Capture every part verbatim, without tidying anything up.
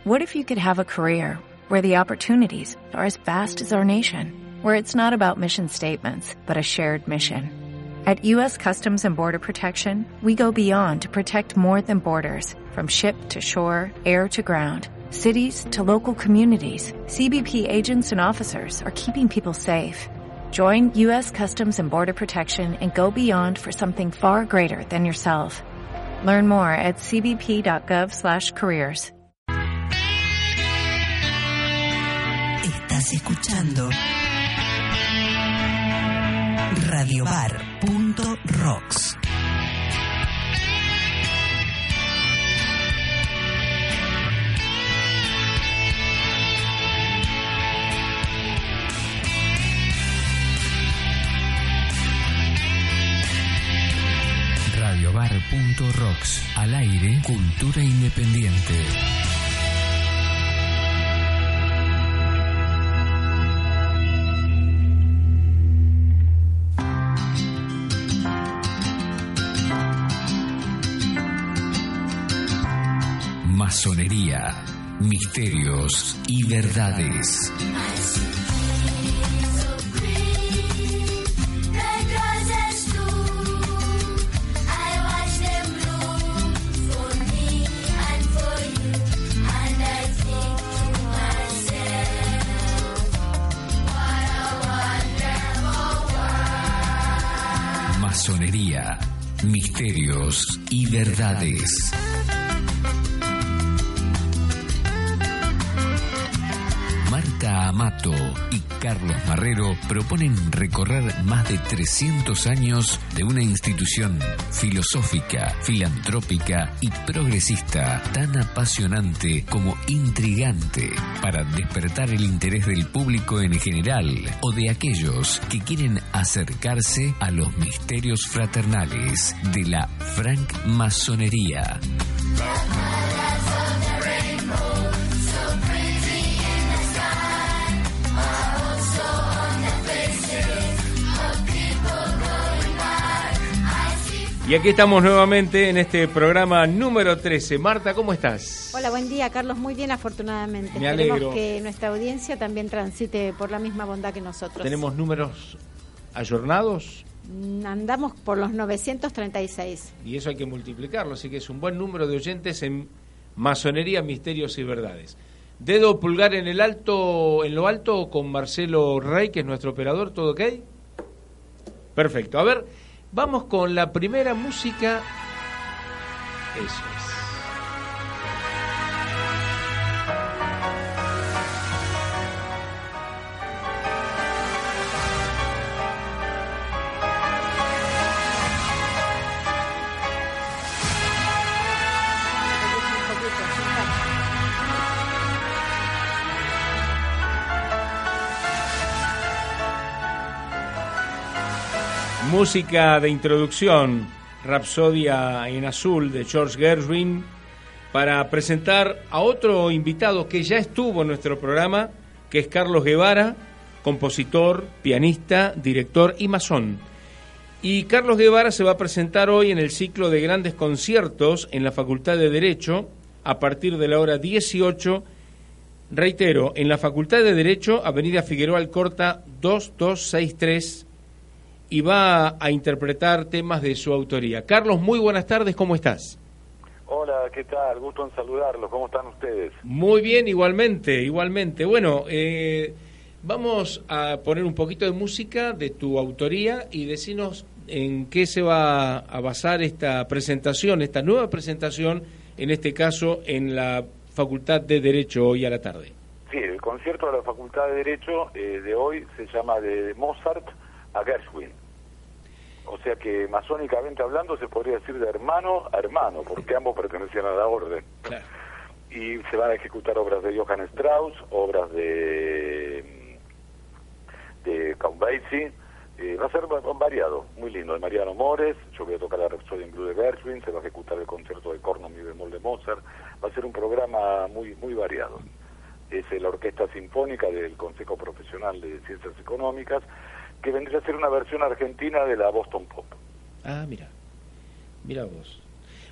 What if you could have a career where the opportunities are as vast as our nation, where it's not about mission statements, but a shared mission? At U S Customs and Border Protection, we go beyond to protect more than borders, from ship to shore, air to ground, cities to local communities. C B P agents and officers are keeping people safe. Join U S Customs and Border Protection and go beyond for something far greater than yourself. Learn more at c b p dot gov slash careers. Estás escuchando radiobar punto rocks. radiobar punto rocks. Al aire, cultura independiente. Masonería, misterios y verdades. Masonería, misterios y verdades. Marta Amato y Carlos Marrero proponen recorrer más de trescientos años de una institución filosófica, filantrópica y progresista tan apasionante como intrigante para despertar el interés del público en general o de aquellos que quieren acercarse a los misterios fraternales de la francmasonería. Y aquí estamos nuevamente en este programa número trece. Marta, ¿cómo estás? Hola, buen día, Carlos. Muy bien, afortunadamente. Me alegro. Esperemos que nuestra audiencia también transite por la misma bondad que nosotros. ¿Tenemos números ayornados? Andamos por los novecientos treinta y seis. Y eso hay que multiplicarlo, así que es un buen número de oyentes en Masonería, Misterios y Verdades. Dedo pulgar en el alto, en lo alto con Marcelo Rey, que es nuestro operador. ¿Todo ok? Perfecto. A ver, vamos con la primera música. Eso es. Música de introducción, Rapsodia en Azul de George Gershwin, para presentar a otro invitado que ya estuvo en nuestro programa, que es Carlos Guevara, compositor, pianista, director y masón. Y Carlos Guevara se va a presentar hoy en el ciclo de grandes conciertos en la Facultad de Derecho a partir de la hora dieciocho. Reitero, en la Facultad de Derecho, Avenida Figueroa Alcorta dos dos seis tres, y va a interpretar temas de su autoría. Carlos, muy buenas tardes, ¿cómo estás? Hola, ¿qué tal? Gusto en saludarlos, ¿cómo están ustedes? Muy bien, igualmente, igualmente. Bueno, eh, vamos a poner un poquito de música de tu autoría y decinos en qué se va a basar esta presentación, esta nueva presentación, en este caso en la Facultad de Derecho hoy a la tarde. Sí, el concierto de la Facultad de Derecho eh, de hoy se llama de Mozart a Gershwin. O sea que masónicamente hablando se podría decir de hermano a hermano, porque ambos pertenecían a la orden. Claro. Y se van a ejecutar obras de Johann Strauss, obras de de Count Basie. Eh, va a ser variado, muy lindo. De Mariano Mores, yo voy a tocar la Rhapsody in Blue de Gershwin, se va a ejecutar el concierto de corno mi bemol de Mozart. Va a ser un programa muy muy variado. Es la Orquesta Sinfónica del Consejo Profesional de Ciencias Económicas, que vendría a ser una versión argentina de la Boston Pop. Ah, mira, mira vos.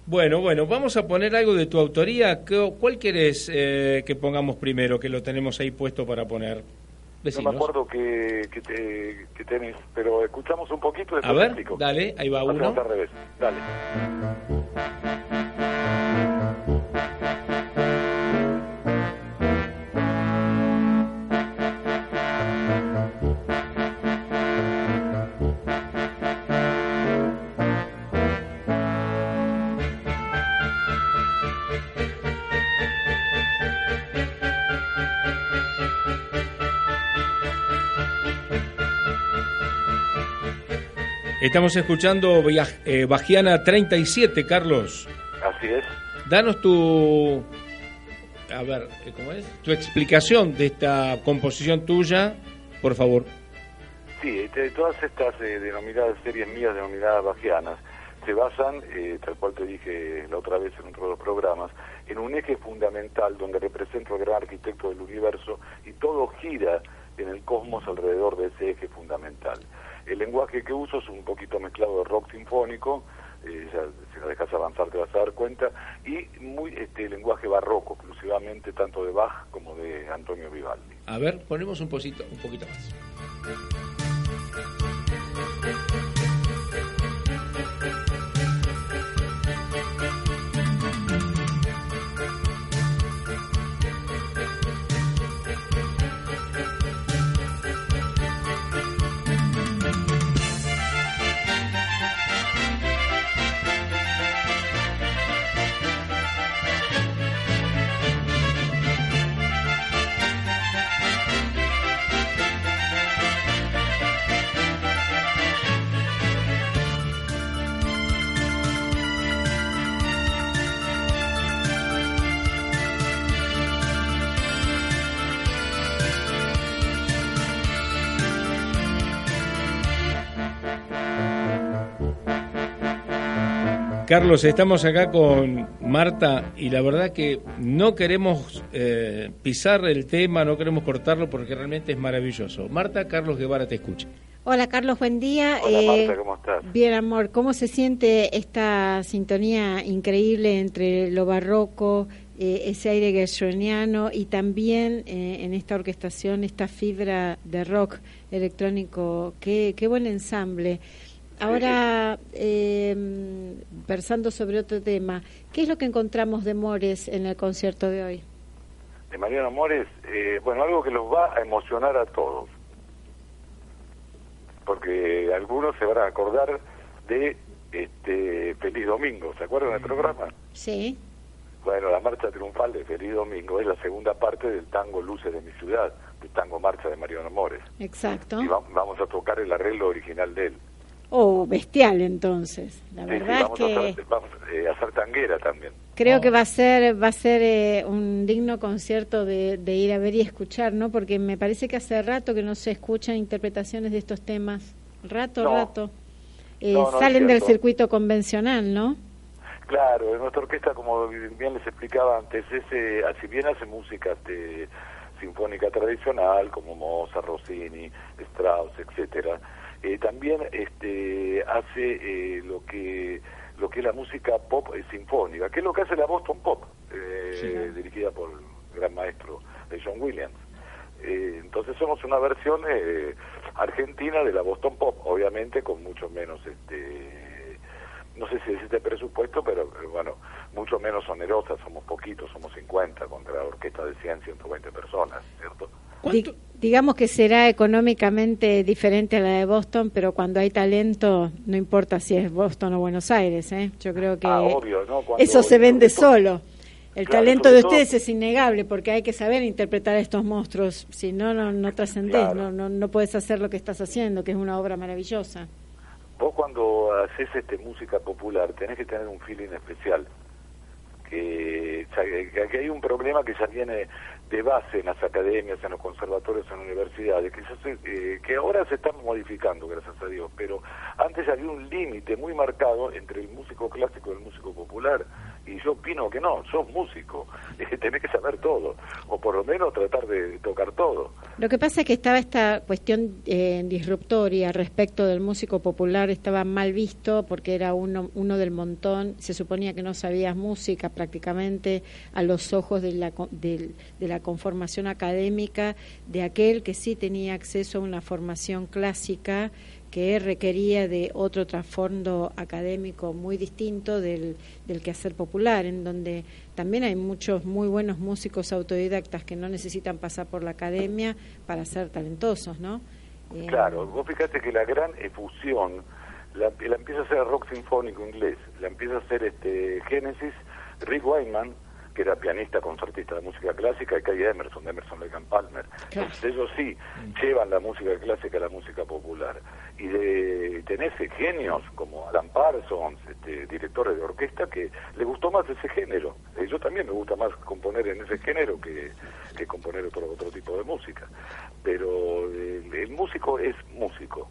Bueno, bueno, vamos a poner algo de tu autoría. ¿Qué- ¿Cuál querés eh, que pongamos primero, que lo tenemos ahí puesto para poner? Decinos. No me acuerdo que, que, te, que tenés, pero escuchamos un poquito y después A ver, te explico. dale, ahí va Hacemos uno. al revés, dale. Estamos escuchando Via- eh, Bajiana treinta y siete, Carlos. Así es. Danos tu, a ver, eh, ¿cómo es? Tu explicación de esta composición tuya, por favor. Sí, de todas estas eh, denominadas series mías, denominadas bajianas, se basan, eh, tal cual te dije la otra vez en otro de los programas, en un eje fundamental donde represento al gran arquitecto del universo y todo gira en el cosmos alrededor de ese eje fundamental. El lenguaje que uso es un poquito mezclado de rock sinfónico, eh, ya, si lo dejas avanzar te vas a dar cuenta, y muy este lenguaje barroco, exclusivamente tanto de Bach como de Antonio Vivaldi. A ver, ponemos un poquito, un poquito más. Carlos, estamos acá con Marta y la verdad que no queremos eh, pisar el tema, no queremos cortarlo porque realmente es maravilloso. Marta, Carlos Guevara te escucha. Hola Carlos, buen día. Hola Eh, Marta, ¿cómo estás? Bien, amor, ¿cómo se siente esta sintonía increíble entre lo barroco, eh, ese aire gersoniano y también eh, en esta orquestación, esta fibra de rock electrónico? Qué, qué buen ensamble. Ahora, eh, versando sobre otro tema, ¿qué es lo que encontramos de Mores en el concierto de hoy? De Mariano Mores, eh, bueno, algo que los va a emocionar a todos, porque algunos se van a acordar de este Feliz Domingo, ¿se acuerdan del programa? Sí. Bueno, la marcha triunfal de Feliz Domingo es la segunda parte del tango Luces de mi ciudad, del tango Marcha de Mariano Mores. Exacto. Y va- vamos a tocar el arreglo original de él. Oh, bestial entonces. La Sí, verdad sí, vamos es que a hacer, vamos, eh, a hacer tanguera también. creo Oh. que va a ser va a ser eh, un digno concierto de, de ir a ver y escuchar, ¿no? Porque me parece que hace rato que no se escuchan interpretaciones de estos temas. Rato, No. rato. Eh, No, no es salen del cierto. circuito convencional, ¿no? Claro, en nuestra orquesta, como bien les explicaba antes, ese, si bien hace música este, sinfónica tradicional, como Mozart, Rossini, Strauss, etcétera, eh, también este, hace eh, lo que lo que es la música pop eh, sinfónica, que es lo que hace la Boston Pop, eh, Sí. dirigida por el gran maestro eh, John Williams. Eh, entonces somos una versión eh, argentina de la Boston Pop, obviamente con mucho menos, este, no sé si es este presupuesto, pero eh, bueno, mucho menos onerosa, somos poquitos, somos cincuenta contra la orquesta de cien, ciento veinte personas, ¿cierto? ¿Cuánto? Di- digamos que será económicamente diferente a la de Boston, pero cuando hay talento, no importa si es Boston o Buenos Aires, ¿eh? Yo creo que Ah, obvio, ¿no? Cuando- eso se vende sobre todo- solo. El Claro, talento sobre de todo- ustedes es innegable porque hay que saber interpretar a estos monstruos, si no, no, no trascendés, Claro. no, no, no puedes hacer lo que estás haciendo, que es una obra maravillosa. Vos cuando haces este música popular tenés que tener un feeling especial, que, que, que hay un problema que ya viene de base en las academias, en los conservatorios, en las universidades, que, ya se- eh, que ahora se están modificando, gracias a Dios, pero antes había un límite muy marcado entre el músico clásico y el músico popular, Y yo opino que no, sos músico, eh, tenés que saber todo, o por lo menos tratar de tocar todo. Lo que pasa es que estaba esta cuestión eh, disruptoria respecto del músico popular, estaba mal visto porque era uno, uno del montón, se suponía que no sabías música prácticamente a los ojos de la, de, de la conformación académica de aquel que sí tenía acceso a una formación clásica que requería de otro trasfondo académico muy distinto del, del quehacer popular, en donde también hay muchos muy buenos músicos autodidactas que no necesitan pasar por la academia para ser talentosos, ¿no? Eh, claro, vos fíjate que la gran efusión la, la empieza a hacer el rock sinfónico inglés, la empieza a hacer este Genesis, Rick Wakeman, que era pianista, concertista de música clásica, y Kai Emerson, de Emerson Lake and Palmer. Claro. Entonces ellos sí llevan la música clásica a la música popular. Y de, tenés genios como Alan Parsons, este, directores de orquesta, que le gustó más ese género. Eh, yo también me gusta más componer en ese género que, que componer otro, otro tipo de música. Pero el, el músico es músico.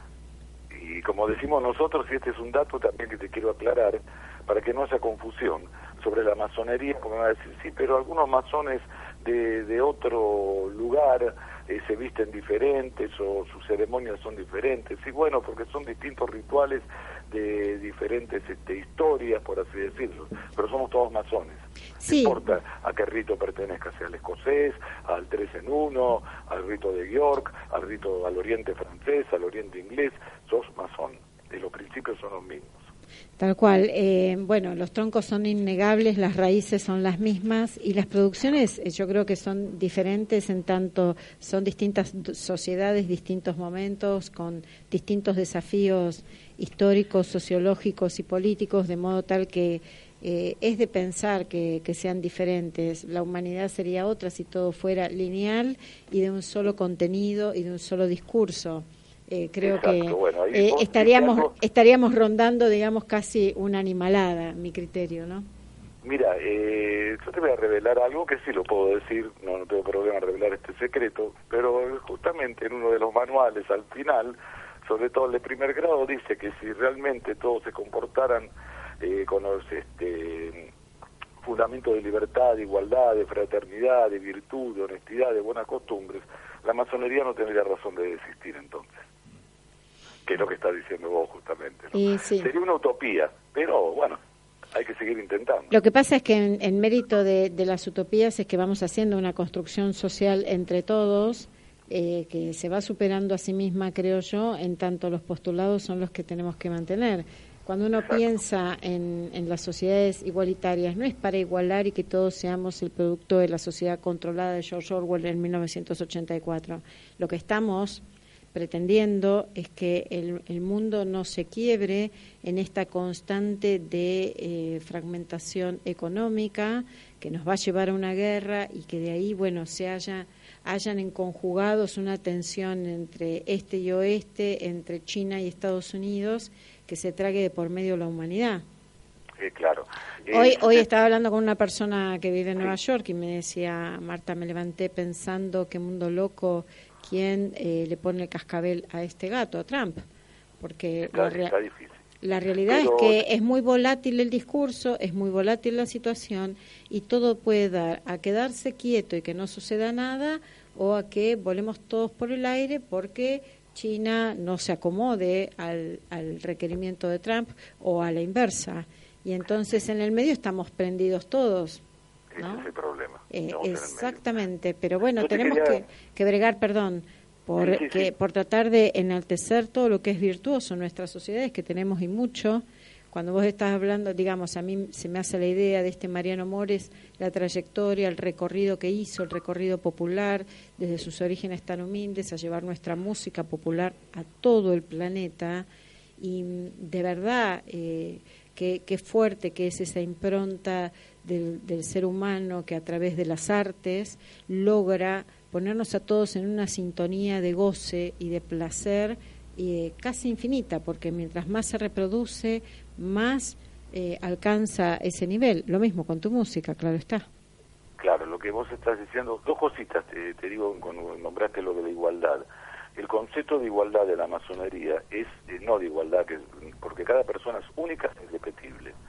Y como decimos nosotros, y este es un dato también que te quiero aclarar, para que no haya confusión, sobre la masonería, como me va a decir, sí, pero algunos masones de, de otro lugar eh, se visten diferentes o sus ceremonias son diferentes, y bueno, porque son distintos rituales de diferentes este, historias, por así decirlo, pero somos todos masones. Sí. No importa a qué rito pertenezca, sea al escocés, al tres en uno, al rito de York, al rito al oriente francés, al oriente inglés, sos masón, y los principios son los mismos. Tal cual. Eh, bueno, los troncos son innegables, las raíces son las mismas y las producciones eh, yo creo que son diferentes en tanto son distintas sociedades, distintos momentos, con distintos desafíos históricos, sociológicos y políticos, de modo tal que eh, es de pensar que, que sean diferentes. La humanidad sería otra si todo fuera lineal y de un solo contenido y de un solo discurso. Eh, creo Exacto, que bueno, ahí eh, vos estaríamos algo... estaríamos rondando, digamos, casi una animalada, mi criterio, ¿no? Mira, eh, yo te voy a revelar algo que sí lo puedo decir, no, no tengo problema en revelar este secreto, pero justamente en uno de los manuales al final, sobre todo el de primer grado, dice que si realmente todos se comportaran eh, con los este, fundamentos de libertad, de igualdad, de fraternidad, de virtud, de honestidad, de buenas costumbres, la masonería no tendría razón de existir entonces. Que es lo que estás diciendo vos justamente, ¿no? Y sí. Sería una utopía, pero bueno, hay que seguir intentando. Lo que pasa es que en, en mérito de, de las utopías es que vamos haciendo una construcción social entre todos, eh, que se va superando a sí misma, creo yo, en tanto los postulados son los que tenemos que mantener. Cuando uno Exacto. piensa en, en las sociedades igualitarias, no es para igualar y que todos seamos el producto de la sociedad controlada de George Orwell en mil novecientos ochenta y cuatro. Lo que estamos pretendiendo es que el, el mundo no se quiebre en esta constante de eh, fragmentación económica que nos va a llevar a una guerra y que de ahí, bueno, se haya, hayan enconjugados una tensión entre este y oeste, entre China y Estados Unidos, que se trague de por medio la humanidad. Eh, claro. Eh, Hoy, hoy eh, estaba hablando con una persona que vive en Nueva sí. York y me decía, Marta, me levanté pensando qué mundo loco, quién eh, le pone el cascabel a este gato, a Trump, porque está, la, rea- está difícil. la realidad Pero- es que es muy volátil el discurso, es muy volátil la situación y todo puede dar a quedarse quieto y que no suceda nada o a que volemos todos por el aire porque China no se acomode al, al requerimiento de Trump o a la inversa. Y entonces en el medio estamos prendidos todos, ¿no? Ese es el problema. Eh, Estamos en el medio. exactamente, pero bueno, Yo te tenemos quería- que, que bregar, perdón, por, Sí, sí, que, sí. por tratar de enaltecer todo lo que es virtuoso en nuestras sociedades, que tenemos y mucho. Cuando vos estás hablando, digamos, a mí se me hace la idea de este Mariano Mores, la trayectoria, el recorrido que hizo, el recorrido popular, desde sus orígenes tan humildes, a llevar nuestra música popular a todo el planeta. Y de verdad, eh, qué, qué fuerte que es esa impronta del, del ser humano que a través de las artes logra ponernos a todos en una sintonía de goce y de placer eh, casi infinita, porque mientras más se reproduce, más eh, alcanza ese nivel. Lo mismo con tu música, claro está. Claro, lo que vos estás diciendo, dos cositas, te, te digo cuando nombraste lo de la igualdad. El concepto de igualdad de la masonería es eh, no de igualdad, que porque cada persona es única e irrepetible.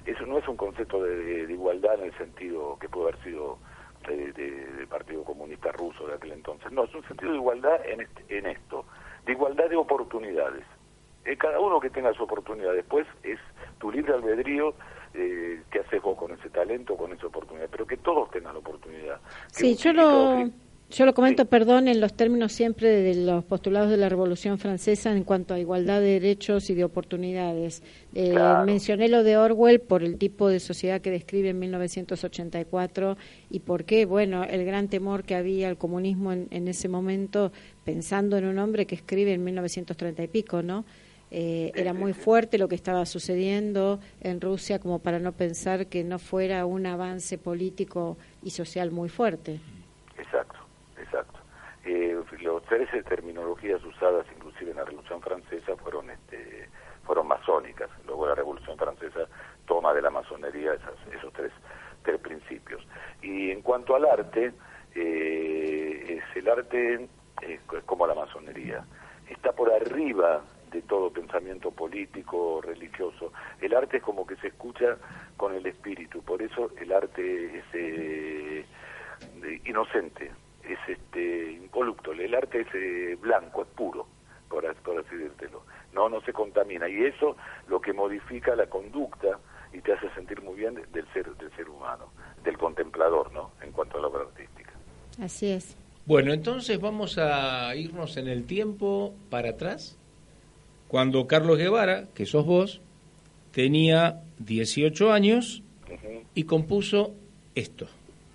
eso no es un concepto de, de igualdad en el sentido que pudo haber sido de, de, del Partido Comunista Ruso de aquel entonces. No, es un sentido de igualdad en, este, en esto, de igualdad de oportunidades. Eh, cada uno que tenga su oportunidad, después es tu libre albedrío, eh, qué haces vos con ese talento, con esa oportunidad, pero que todos tengan la oportunidad. Que sí, yo lo... Que, Yo lo comento, sí. perdón, en los términos siempre de los postulados de la Revolución Francesa en cuanto a igualdad de derechos y de oportunidades. Eh, claro. Mencioné lo de Orwell por el tipo de sociedad que describe en mil novecientos ochenta y cuatro y por qué, bueno, el gran temor que había al comunismo en, en ese momento, pensando en un hombre que escribe en mil novecientos treinta y pico, ¿no? Eh, era muy fuerte lo que estaba sucediendo en Rusia como para no pensar que no fuera un avance político y social muy fuerte. Exacto. Exacto. Eh, los tres terminologías usadas inclusive en la Revolución Francesa fueron este, fueron masónicas. Luego la Revolución Francesa toma de la masonería esas, esos tres, tres principios. Y en cuanto al arte, eh, es el arte eh, es como la masonería. Está por arriba de todo pensamiento político, religioso. El arte es como que se escucha con el espíritu. Por eso el arte es eh, inocente. Es este impoluto, el arte es eh, blanco, es puro, por, por así decirlo, no no se contamina, y eso lo que modifica la conducta y te hace sentir muy bien del ser del ser humano, del contemplador, ¿no? En cuanto a la obra artística. Así es. Bueno, entonces vamos a irnos en el tiempo para atrás, cuando Carlos Guevara, que sos vos, tenía dieciocho años uh-huh. y compuso esto.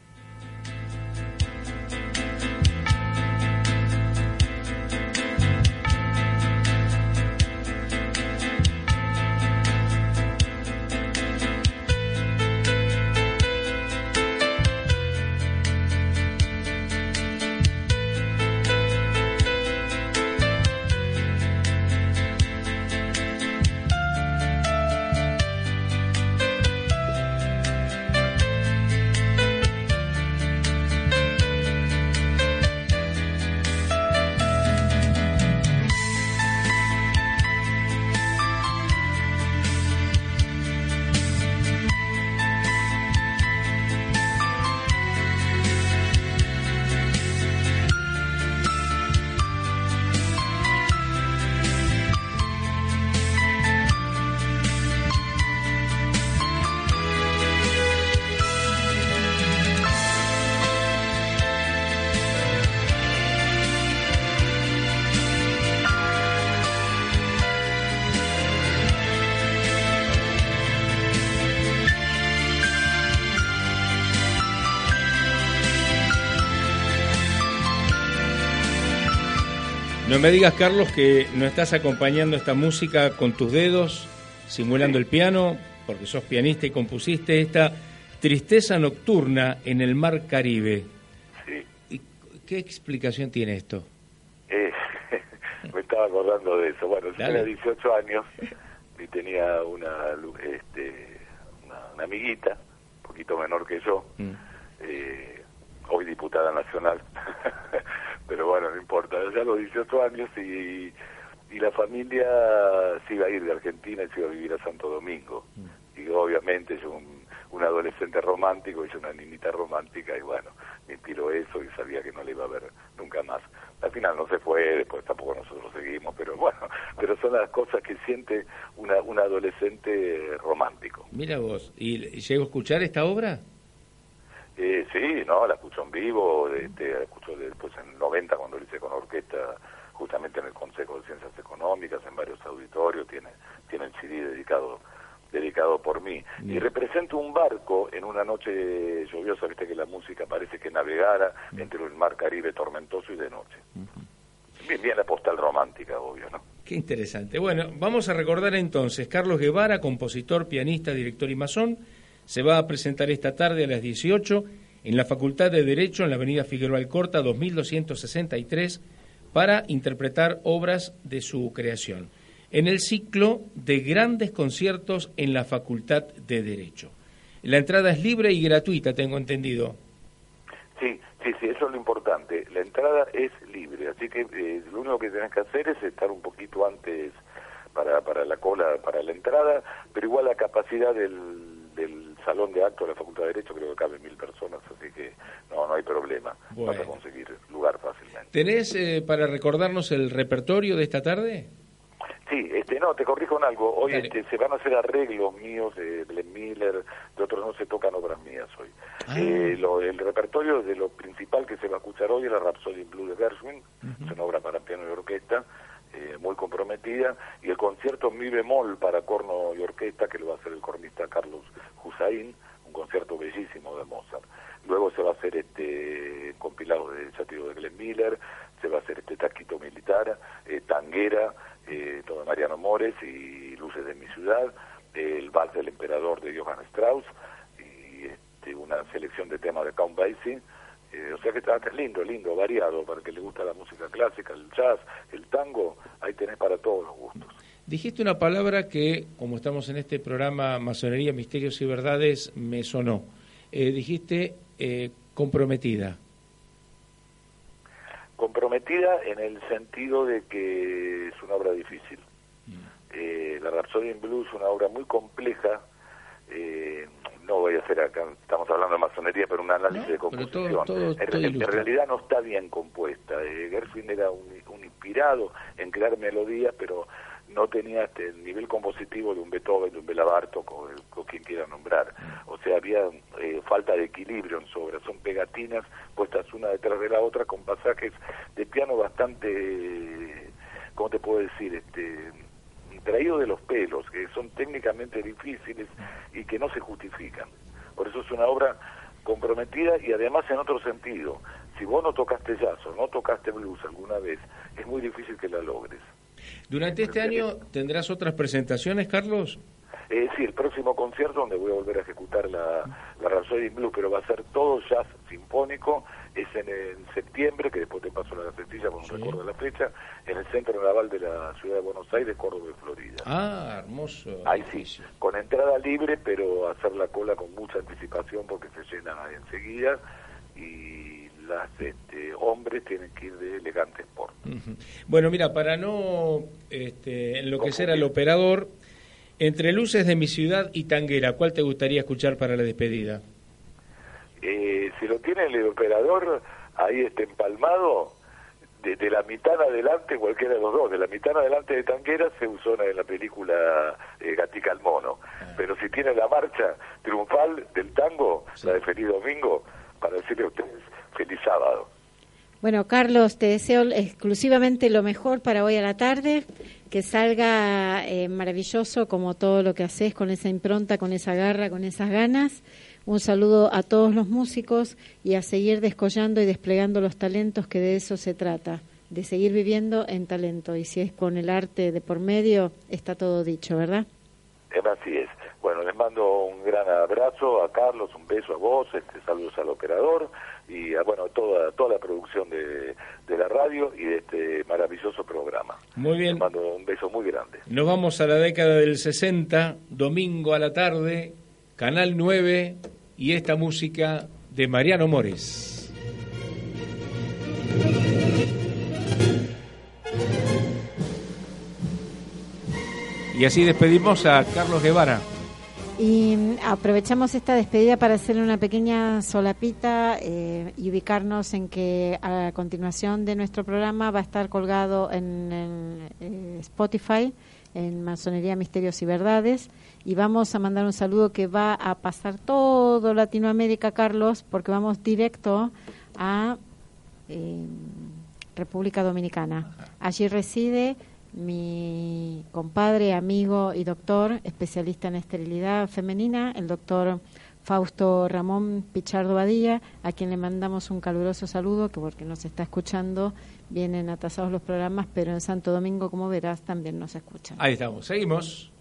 No me digas, Carlos, que no estás acompañando esta música con tus dedos, simulando sí. el piano, porque sos pianista y compusiste esta Tristeza Nocturna en el Mar Caribe. Sí. ¿Y qué explicación tiene esto? Eh, me estaba acordando de eso. Bueno, yo tenía dieciocho años y tenía una, este, una, una amiguita, un poquito menor que yo, mm. eh, hoy diputada nacional. Pero bueno, no importa, ya a los dieciocho años y, y la familia se iba a ir de Argentina y se iba a vivir a Santo Domingo. Mm. Y obviamente yo un, un adolescente romántico, y yo una niñita romántica, y bueno, me inspiró eso y sabía que no le iba a ver nunca más. Al final no se fue, después tampoco nosotros seguimos, pero bueno, pero son las cosas que siente una, un adolescente romántico. Mira vos, ¿y llegó a escuchar esta obra? Eh, sí, no, la escucho en vivo, este, la escucho después en el noventa cuando lo hice con orquesta, justamente en el Consejo de Ciencias Económicas, en varios auditorios, tiene, tiene el C D dedicado dedicado por mí. Bien. Y represento un barco en una noche lluviosa, viste que la música parece que navegara uh-huh. entre el mar Caribe tormentoso y de noche. Uh-huh. Bien, bien la postal romántica, obvio, ¿no? Qué interesante. Bueno, vamos a recordar entonces, Carlos Guevara, compositor, pianista, director y masón, se va a presentar esta tarde a las dieciocho en la Facultad de Derecho en la avenida Figueroa Alcorta dos mil doscientos sesenta y tres para interpretar obras de su creación en el ciclo de grandes conciertos en la Facultad de Derecho. La entrada es libre y gratuita, tengo entendido. Sí, sí, sí, eso es lo importante. La entrada es libre, así que eh, lo único que tenés que hacer es estar un poquito antes para, para la cola, para la entrada, pero igual la capacidad del del salón de actos de la Facultad de Derecho creo que caben mil personas, así que no, no hay problema. Bueno. Vas a conseguir lugar fácilmente. ¿Tenés eh, para recordarnos el repertorio de esta tarde? Sí, este, no, te corrijo en algo. Hoy Dale. este, se van a hacer arreglos míos de Glenn Miller, de otros no se tocan obras mías hoy. Ah. Eh, lo, el repertorio de lo principal que se va a escuchar hoy es la Rhapsody in Blue de Gershwin, Uh-huh. es una obra para piano y orquesta, eh, muy comprometida, y el concierto Mi bemol para corno y orquesta, que lo va a hacer el cornista Carlos Hussain, un concierto bellísimo de Mozart. Luego se va a hacer este compilado de, ya te digo, de Glenn Miller, se va a hacer este Taquito Militar, eh, Tanguera, eh, todo de Mariano Mores y Luces de mi ciudad, eh, el Vals del Emperador de Johann Strauss, y este, una selección de temas de Count Basie. Eh, o sea que está, está lindo, lindo, variado, para el que le gusta la música clásica, el jazz, el tango, ahí tenés para todos los gustos. Dijiste una palabra que, como estamos en este programa Masonería, Misterios y Verdades, me sonó. Eh, dijiste eh, comprometida. Comprometida en el sentido de que es una obra difícil. Eh, la Rhapsody in Blue es una obra muy compleja. Eh, no voy a hacer acá, estamos hablando de masonería, pero un análisis No, de composición. pero todo- todo- en, todo en ilustra. realidad no está bien compuesta. Eh, Gershwin era un, un inspirado en crear melodías, pero no tenía este, el nivel compositivo de un Beethoven, de un Bela Bartók o, el- o quien quiera nombrar. O sea, había eh, falta de equilibrio en su obra. Son pegatinas puestas una detrás de la otra con pasajes de piano bastante, ¿cómo te puedo decir? Este traído de los pelos, que son técnicamente difíciles y que no se justifican. Por eso es una obra comprometida y además en otro sentido. Si vos no tocaste jazz o no tocaste blues alguna vez, es muy difícil que la logres. Durante este año, ¿tendrás otras presentaciones, Carlos? Eh, sí, el próximo concierto donde voy a volver a ejecutar la, la Rhapsody in Blue, pero va a ser todo jazz sinfónico, es en, en septiembre, que después te paso la gacetilla con un Sí. recuerdo de la fecha, en el Centro Naval de la Ciudad de Buenos Aires, Córdoba y Florida. Ah, hermoso. Ahí sí, con entrada libre, pero hacer la cola con mucha anticipación porque se llena enseguida y las este, hombres tienen que ir de elegante sport. Ujú. Bueno, mira, para no este, enloquecer al operador, entre Luces de mi ciudad y Tanguera, ¿cuál te gustaría escuchar para la despedida? Eh, si lo tiene el operador ahí este empalmado, de, de la mitad adelante, cualquiera de los dos, de la mitad adelante de Tanguera se usó en la película eh, Gatica al Mono, Ah. pero si tiene la marcha triunfal del tango, Sí. la de Feliz Domingo, para decirle a ustedes feliz sábado. Bueno, Carlos, te deseo exclusivamente lo mejor para hoy a la tarde, que salga eh, maravilloso como todo lo que haces, con esa impronta, con esa garra, con esas ganas. Un saludo a todos los músicos y a seguir descollando y desplegando los talentos, que de eso se trata, de seguir viviendo en talento. Y si es con el arte de por medio, está todo dicho, ¿verdad? Eh, Así es. Bueno, les mando un gran abrazo a Carlos, un beso a vos, este, saludos al operador y a bueno, toda toda la producción de, de la radio y de este maravilloso programa. Muy bien. Les mando un beso muy grande. Nos vamos a la década del sesenta, domingo a la tarde, Canal nueve y esta música de Mariano Mores. Y así despedimos a Carlos Guevara. Y mm, aprovechamos esta despedida para hacerle una pequeña solapita eh, y ubicarnos en que a continuación de nuestro programa va a estar colgado en, en, eh, Spotify, en Masonería, Misterios y Verdades, y vamos a mandar un saludo que va a pasar todo Latinoamérica, Carlos, porque vamos directo a eh, República Dominicana. Allí reside mi compadre, amigo y doctor, especialista en esterilidad femenina, el doctor Fausto Ramón Pichardo Badilla, a quien le mandamos un caluroso saludo, que porque nos está escuchando, vienen atrasados los programas, pero en Santo Domingo, como verás, también nos escuchan. Ahí estamos, seguimos.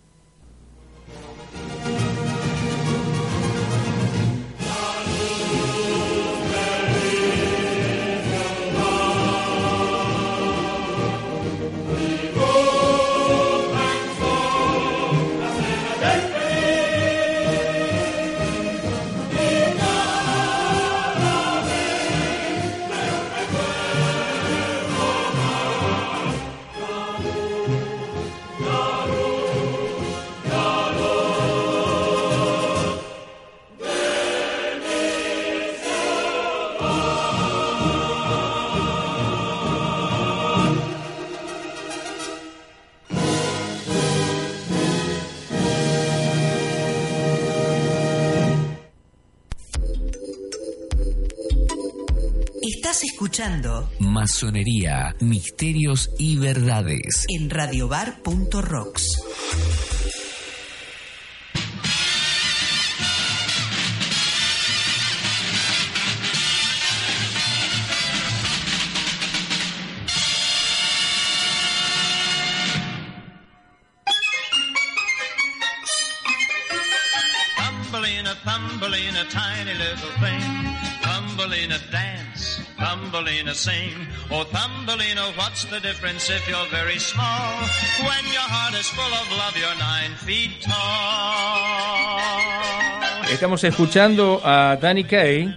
La luz, la luz. Estás escuchando Masonería, misterios y verdades en radiobar punto rocks. Thumbelina, Thumbelina, tiny little thing. Thumbelina dance, Thumbelina sing. Oh, Thumbelina, what's the difference if you're very small? When your heart is full of love, you're nine feet tall. Estamos escuchando a Danny Kaye.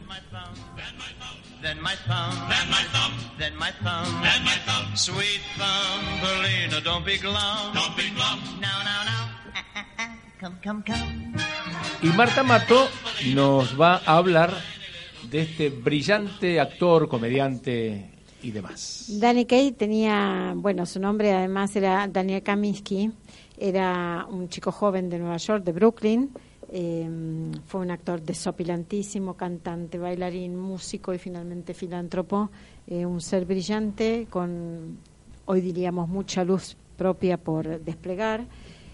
Then my thumb, then my thumb, then my thumb, then my thumb. Sweet Thumbelina, don't be glum, don't be glum. Now, now, now. Come, come, come. Y Marta Mato nos va a hablar de este brillante actor, comediante y demás. Danny Kaye tenía, bueno, su nombre además era Daniel Kaminsky, era un chico joven de Nueva York, de Brooklyn, eh, fue un actor desopilantísimo, cantante, bailarín, músico y finalmente filántropo, eh, un ser brillante con, hoy diríamos, mucha luz propia por desplegar.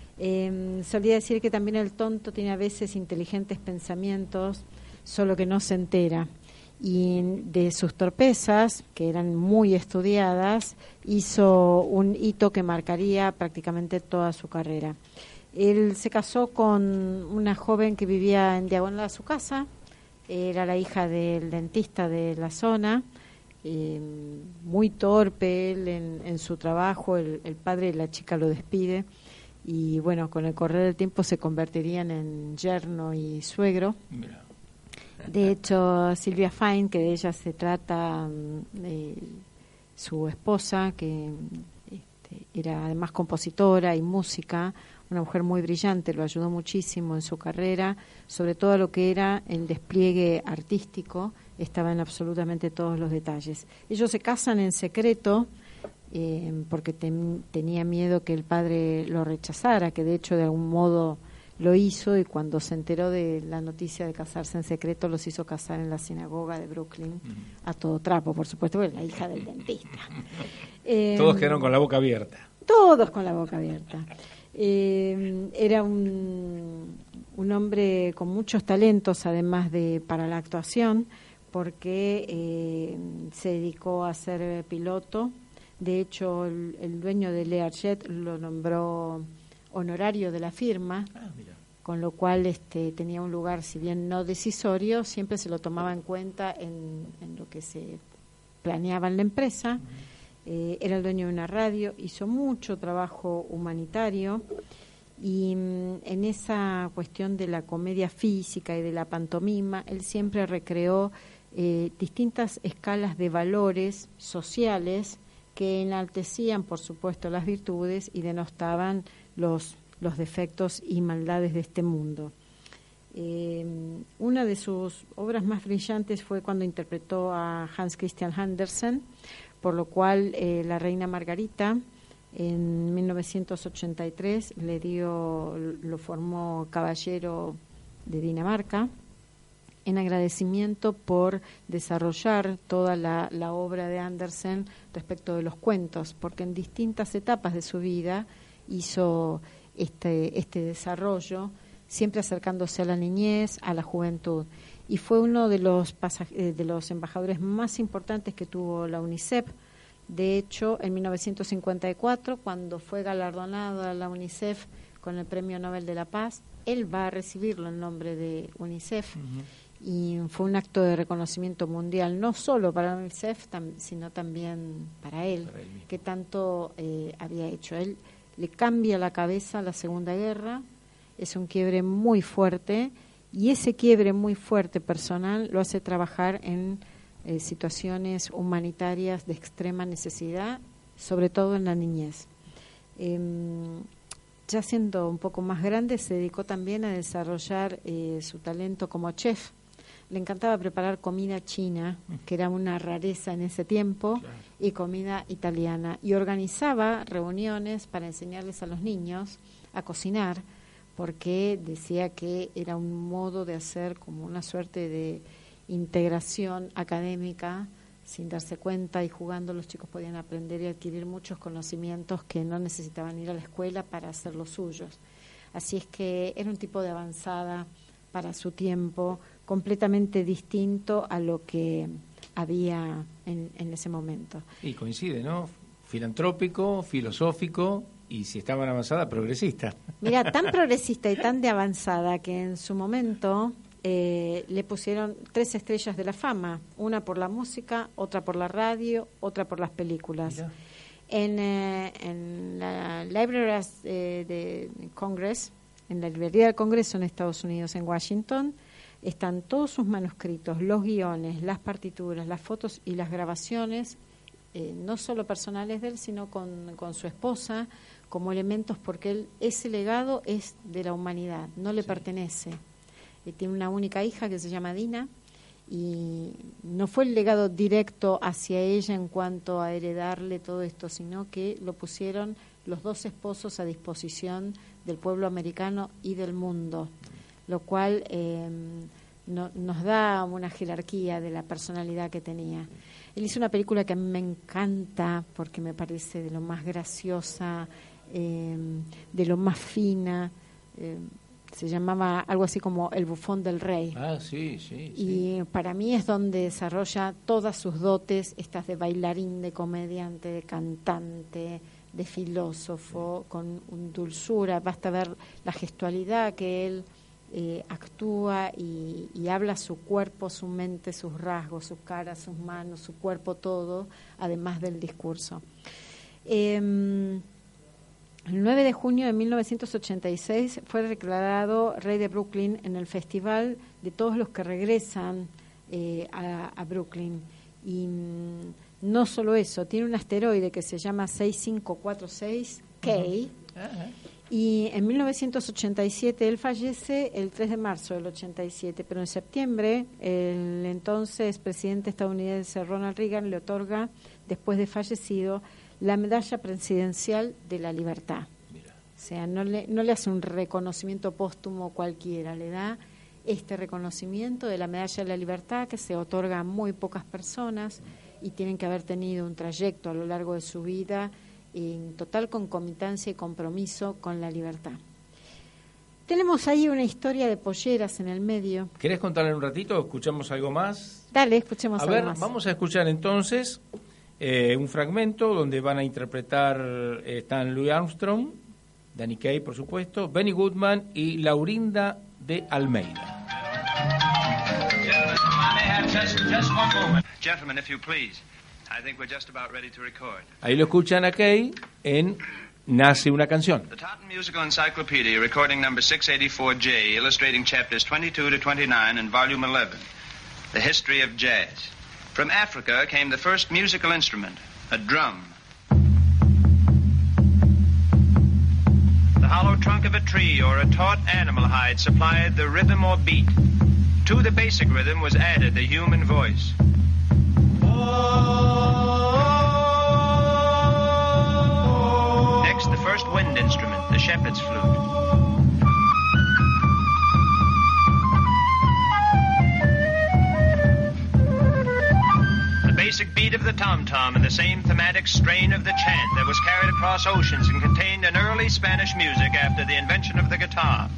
Eh, solía decir que también el tonto tiene a veces inteligentes pensamientos, solo que no se entera. Y de sus torpezas, que eran muy estudiadas, hizo un hito que marcaría prácticamente toda su carrera. Él se casó con una joven que vivía en diagonal a su casa, era la hija del dentista de la zona, eh, muy torpe él en, en su trabajo, el, el padre de la chica lo despide. Y bueno, con el correr del tiempo se convertirían en yerno y suegro. Mira. De hecho, Silvia Fine, que de ella se trata, eh, su esposa, que este, era además compositora y música, una mujer muy brillante, lo ayudó muchísimo en su carrera, sobre todo lo que era el despliegue artístico, estaba en absolutamente todos los detalles. Ellos se casan en secreto, Eh, porque ten, tenía miedo que el padre lo rechazara, que de hecho de algún modo lo hizo, y cuando se enteró de la noticia de casarse en secreto los hizo casar en la sinagoga de Brooklyn, uh-huh. a todo trapo, por supuesto, la hija del dentista. eh, todos quedaron con la boca abierta. Todos con la boca abierta. Eh, era un, un hombre con muchos talentos, además de para la actuación, porque eh, se dedicó a ser piloto. De hecho, el, el dueño de Learjet lo nombró honorario de la firma, ah, con lo cual este, tenía un lugar, si bien no decisorio, siempre se lo tomaba en cuenta en, en lo que se planeaba en la empresa. Uh-huh. Eh, era el dueño de una radio, hizo mucho trabajo humanitario y mm, en esa cuestión de la comedia física y de la pantomima, él siempre recreó eh, distintas escalas de valores sociales que enaltecían, por supuesto, las virtudes y denostaban los, los defectos y maldades de este mundo. Eh, una de sus obras más brillantes fue cuando interpretó a Hans Christian Andersen, por lo cual eh, la reina Margarita en mil novecientos ochenta y tres le dio, lo formó caballero de Dinamarca, en agradecimiento por desarrollar toda la, la obra de Andersen respecto de los cuentos, porque en distintas etapas de su vida hizo este, este desarrollo, siempre acercándose a la niñez, a la juventud. Y fue uno de los, pasaj- de los embajadores más importantes que tuvo la UNICEF. De hecho, en mil novecientos cincuenta y cuatro, cuando fue galardonado a la UNICEF con el Premio Nobel de la Paz, él va a recibirlo en nombre de UNICEF. Uh-huh. Y fue un acto de reconocimiento mundial, no solo para la UNICEF, tam, sino también para él, para él que tanto eh, había hecho. Él le cambia la cabeza a la Segunda Guerra, es un quiebre muy fuerte, y ese quiebre muy fuerte personal lo hace trabajar en eh, situaciones humanitarias de extrema necesidad, sobre todo en la niñez. Eh, ya siendo un poco más grande, se dedicó también a desarrollar eh, su talento como chef. Le encantaba preparar comida china, que era una rareza en ese tiempo, claro, y comida italiana. Y organizaba reuniones para enseñarles a los niños a cocinar, porque decía que era un modo de hacer como una suerte de integración académica sin darse cuenta, y jugando los chicos podían aprender y adquirir muchos conocimientos que no necesitaban ir a la escuela para hacer los suyos. Así es que era un tipo de avanzada para su tiempo, completamente distinto a lo que había en, en ese momento. Y coincide, ¿no? Filantrópico, filosófico y, si estaba en avanzada, progresista. Mira, tan progresista y tan de avanzada que en su momento eh, le pusieron tres estrellas de la fama, una por la música, otra por la radio, otra por las películas. Mira. En, eh, en la Library eh, de Congress, en la librería del Congreso en Estados Unidos, en Washington, están todos sus manuscritos, los guiones, las partituras, las fotos y las grabaciones, eh, no solo personales de él, sino con, con su esposa, como elementos, porque él, ese legado es de la humanidad, no le sí. pertenece. Eh, tiene una única hija que se llama Dina, y no fue el legado directo hacia ella en cuanto a heredarle todo esto, sino que lo pusieron los dos esposos a disposición del pueblo americano y del mundo, lo cual eh, no, nos da una jerarquía de la personalidad que tenía. Él hizo una película que a mí me encanta porque me parece de lo más graciosa, eh, de lo más fina. Eh, se llamaba algo así como El bufón del rey. Ah, sí, sí. Y sí. para mí es donde desarrolla todas sus dotes, estas de bailarín, de comediante, de cantante, de filósofo, con un dulzura. Basta ver la gestualidad que él eh, actúa y, y habla su cuerpo, su mente, sus rasgos, su cara, sus manos, su cuerpo, todo, además del discurso. Eh, El nueve de junio de mil novecientos ochenta y seis fue declarado rey de Brooklyn en el festival de todos los que regresan eh, a, a Brooklyn. Y mm, no solo eso, tiene un asteroide que se llama seis cinco cuatro seis K. Uh-huh. Uh-huh. Y en mil novecientos ochenta y siete él fallece el tres de marzo del ochenta y siete, pero en septiembre el entonces presidente estadounidense Ronald Reagan le otorga, después de fallecido, la medalla presidencial de la libertad. Mira. O sea, no le, no le hace un reconocimiento póstumo cualquiera, le da este reconocimiento de la medalla de la libertad que se otorga a muy pocas personas y tienen que haber tenido un trayecto a lo largo de su vida en total concomitancia y compromiso con la libertad. Tenemos ahí una historia de polleras en el medio. ¿Querés contarle un ratito o escuchamos algo más? Dale, escuchemos a algo ver, más. Vamos a escuchar entonces Eh, un fragmento donde van a interpretar eh, Stan Louis Armstrong, Danny Kaye, por supuesto, Benny Goodman y Laurinda de Almeida. Gentlemen, if you please. I think we're just about ready to record. Ahí lo escuchan a Kaye en Nace una canción. The Taunton Musical Encyclopedia, recording number six eighty-four J, illustrating chapters twenty-two to twenty-nine in volume eleven. The history of jazz. From Africa came the first musical instrument, a drum. The hollow trunk of a tree or a taut animal hide supplied the rhythm or beat. To the basic rhythm was added the human voice. Next, the first wind instrument, the shepherd's flute. Basic beat of the tom-tom and the same thematic strain of the chant that was carried across oceans and contained in early Spanish music after the invention of the guitar.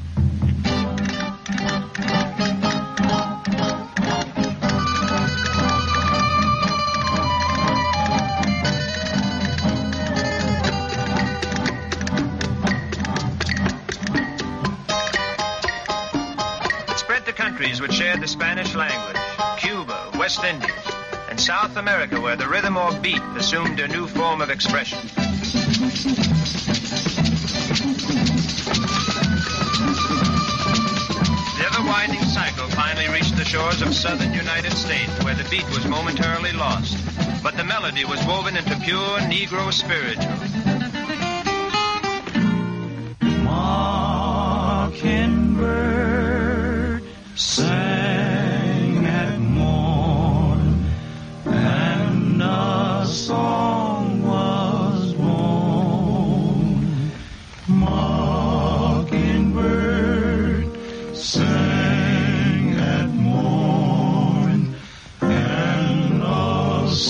It spread to countries which shared the Spanish language, Cuba, West Indies, and South America, where the rhythm or beat assumed a new form of expression. The ever-widening cycle finally reached the shores of southern United States, where the beat was momentarily lost, but the melody was woven into pure Negro spiritual. Mockingbird sang at morn, and a song was born. Mockingbird sang at morn, and a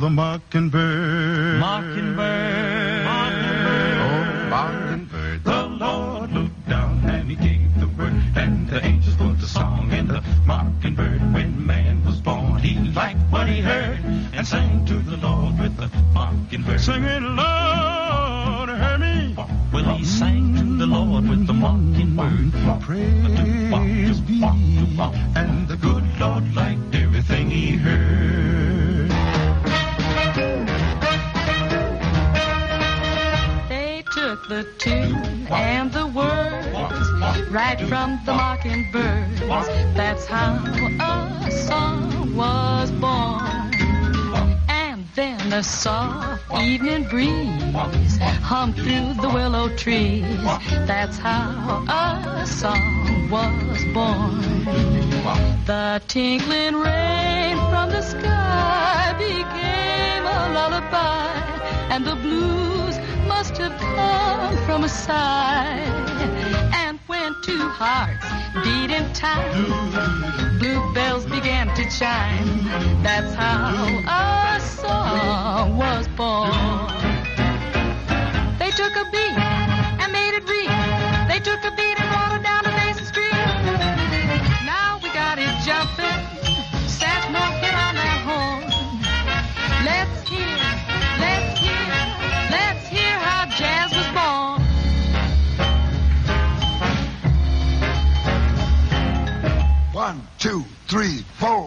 the mockingbird. Mockingbird, mockingbird, oh, mockingbird. The Lord looked down and he gave the word, and the angels put the song in the mockingbird. When man was born, he liked what he heard, and sang to the Lord with the mockingbird. Singing, Lord, hear me. Well, he sang to the Lord with the mockingbird. Praise be, and the good Lord liked everything he heard. They took the tune and the words right from the mockingbirds. That's how a song was born. And then a soft evening breeze hummed through the willow trees. That's how a song was born. The tinkling rain from the sky became a lullaby, and the blues must have come from a sigh. And when two hearts beat in time, bluebells began to chime. That's how a song was born. They took a beat and made it real. They took a beat and brought it down to Mason Street. Now we got it jumping, Satchmo, get on that horn. Let's hear, let's hear, let's hear how jazz was born. One, two, three, four.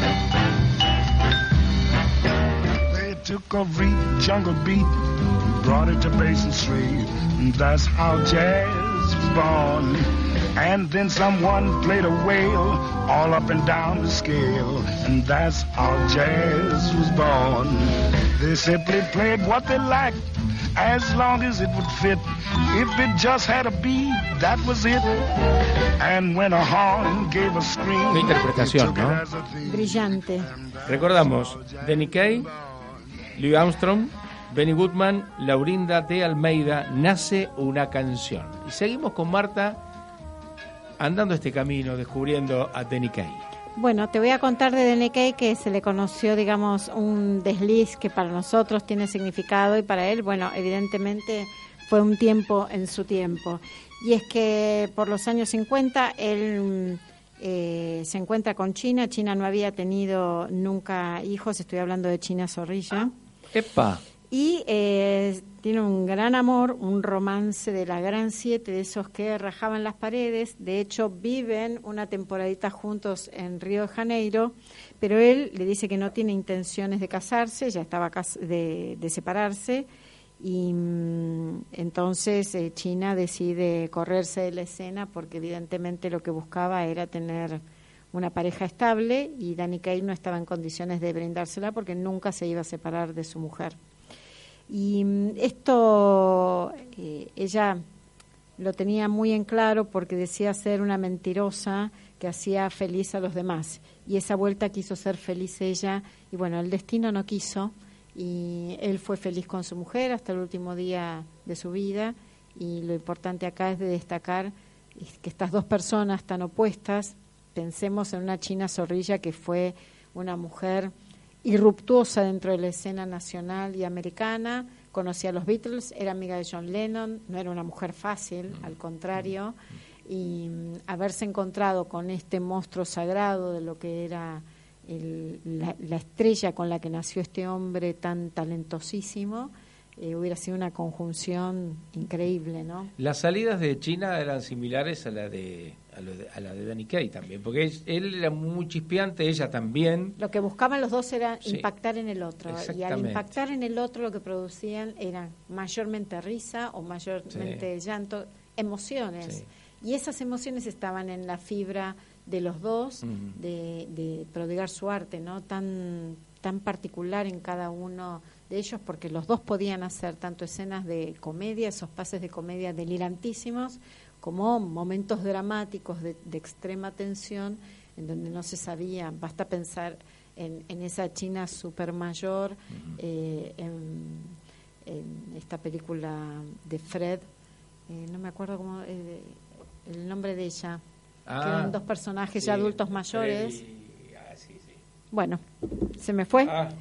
They took a real jungle beat, brought it to Basin Street, and that's how jazz was born. And then someone played a wail all up and down the scale, and that's how jazz was born. They simply played what they liked, as long as it would fit. If it just had a beat, that was it. And when a horn gave a scream, qué interpretación, ¿no? Brillante. Recordamos Danny Kaye, Louis Armstrong, Benny Goodman, Laurinda de Almeida, Nace una canción. Y seguimos con Marta andando este camino, descubriendo a Danny Kaye. Bueno, te voy a contar de Danny Kaye, que se le conoció, digamos, un desliz que para nosotros tiene significado, y para él, bueno, evidentemente fue un tiempo en su tiempo. Y es que por los años cincuenta él eh, se encuentra con China. China no había tenido nunca hijos, estoy hablando de China Zorrilla. ¡Epa! Y eh, tiene un gran amor, un romance de la Gran Siete, de esos que rajaban las paredes. De hecho, viven una temporadita juntos en Río de Janeiro, pero él le dice que no tiene intenciones de casarse, ya estaba cas- de, de separarse, y mm, entonces eh, China decide correrse de la escena porque evidentemente lo que buscaba era tener una pareja estable, y Danny Kaye no estaba en condiciones de brindársela porque nunca se iba a separar de su mujer. Y esto eh, ella lo tenía muy en claro porque decía ser una mentirosa que hacía feliz a los demás, y esa vuelta quiso ser feliz ella, y bueno, el destino no quiso, y él fue feliz con su mujer hasta el último día de su vida. Y lo importante acá es de destacar que estas dos personas tan opuestas, pensemos en una China Zorrilla que fue una mujer irruptuosa dentro de la escena nacional y americana, conocía a los Beatles, era amiga de John Lennon, no era una mujer fácil, al contrario, y haberse encontrado con este monstruo sagrado de lo que era el, la, la estrella con la que nació este hombre tan talentosísimo, eh, hubiera sido una conjunción increíble, ¿no? Las salidas de China eran similares a la de a, lo de, a la de Danny Kaye también, porque él, él era muy chispeante, ella también. Lo que buscaban los dos era Sí. impactar en el otro, y al impactar en el otro lo que producían era mayormente risa o mayormente Sí. llanto, emociones. Sí. Y esas emociones estaban en la fibra de los dos, Ujú. de, de prodigar su arte, ¿no? Tan, tan particular en cada uno de ellos, porque los dos podían hacer tanto escenas de comedia, esos pases de comedia delirantísimos, como momentos dramáticos de, de extrema tensión, en donde no se sabía, basta pensar en, en esa China super mayor, uh-huh. eh, en, en esta película de Fred, eh, no me acuerdo cómo, eh, el nombre de ella, ah, que eran dos personajes sí, ya adultos mayores. y, ah, sí, sí. Bueno, se me fue. Ah.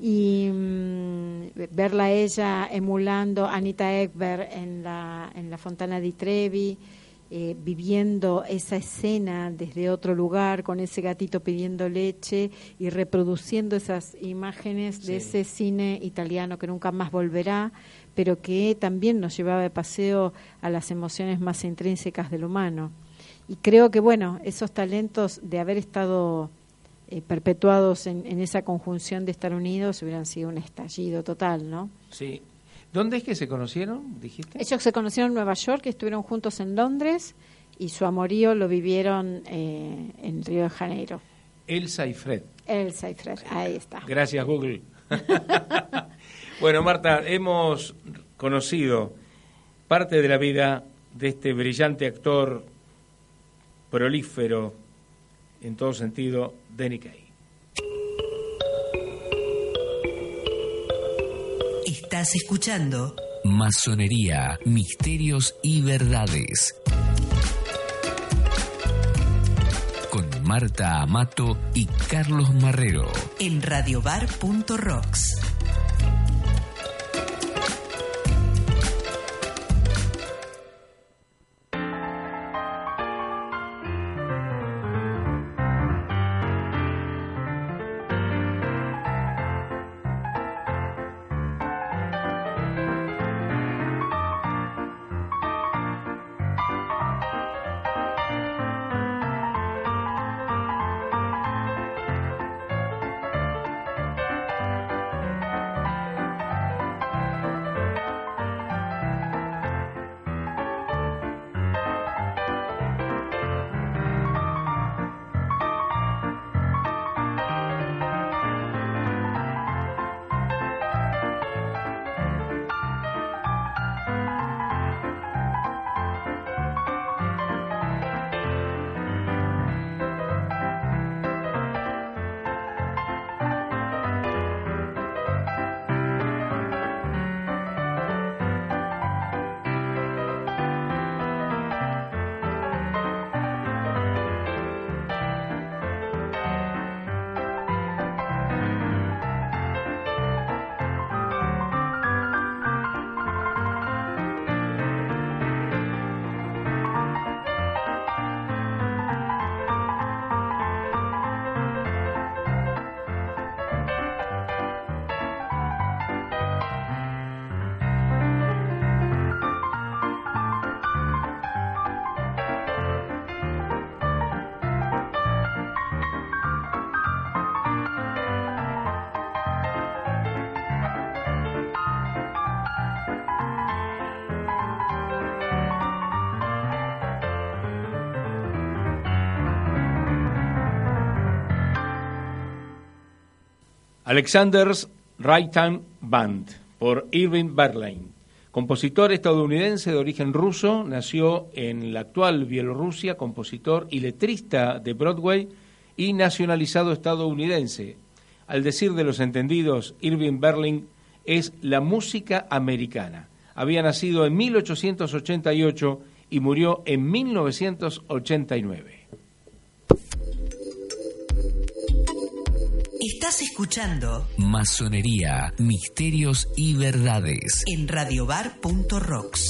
y mmm, verla a ella emulando a Anita Ekberg en la, en la Fontana di Trevi, eh, viviendo esa escena desde otro lugar con ese gatito pidiendo leche y reproduciendo esas imágenes sí. de ese cine italiano que nunca más volverá, pero que también nos llevaba de paseo a las emociones más intrínsecas del humano. Y creo que, bueno, esos talentos de haber estado eh, perpetuados en, en esa conjunción de estar unidos hubieran sido un estallido total, ¿no? Sí. ¿Dónde es que se conocieron, dijiste? Ellos se conocieron en Nueva York, estuvieron juntos en Londres y su amorío lo vivieron eh, en Río de Janeiro. Elsa y Fred. Elsa y Fred, ahí está. Gracias, Google. Bueno, Marta, hemos conocido parte de la vida de este brillante actor prolífero en todo sentido, Danny Kaye. Estás escuchando Masonería, misterios y verdades. Con Marta Amato y Carlos Marrero. En radiobar punto rocks. Alexander's Ragtime Band, por Irving Berlin. Compositor estadounidense de origen ruso, nació en la actual Bielorrusia, compositor y letrista de Broadway y nacionalizado estadounidense. Al decir de los entendidos, Irving Berlin es la música americana. Había nacido en mil ochocientos ochenta y ocho y murió en mil novecientos ochenta y nueve. Estás escuchando Masonería, misterios y verdades. En radiobar punto rocks.